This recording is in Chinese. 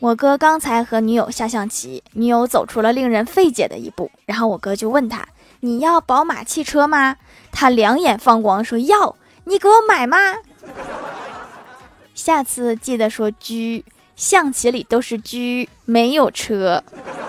我哥刚才和女友下象棋，女友走出了令人费解的一步，然后我哥就问他：你要宝马汽车吗？他两眼放光说要，你给我买吗？下次记得说车，象棋里都是车，没有车。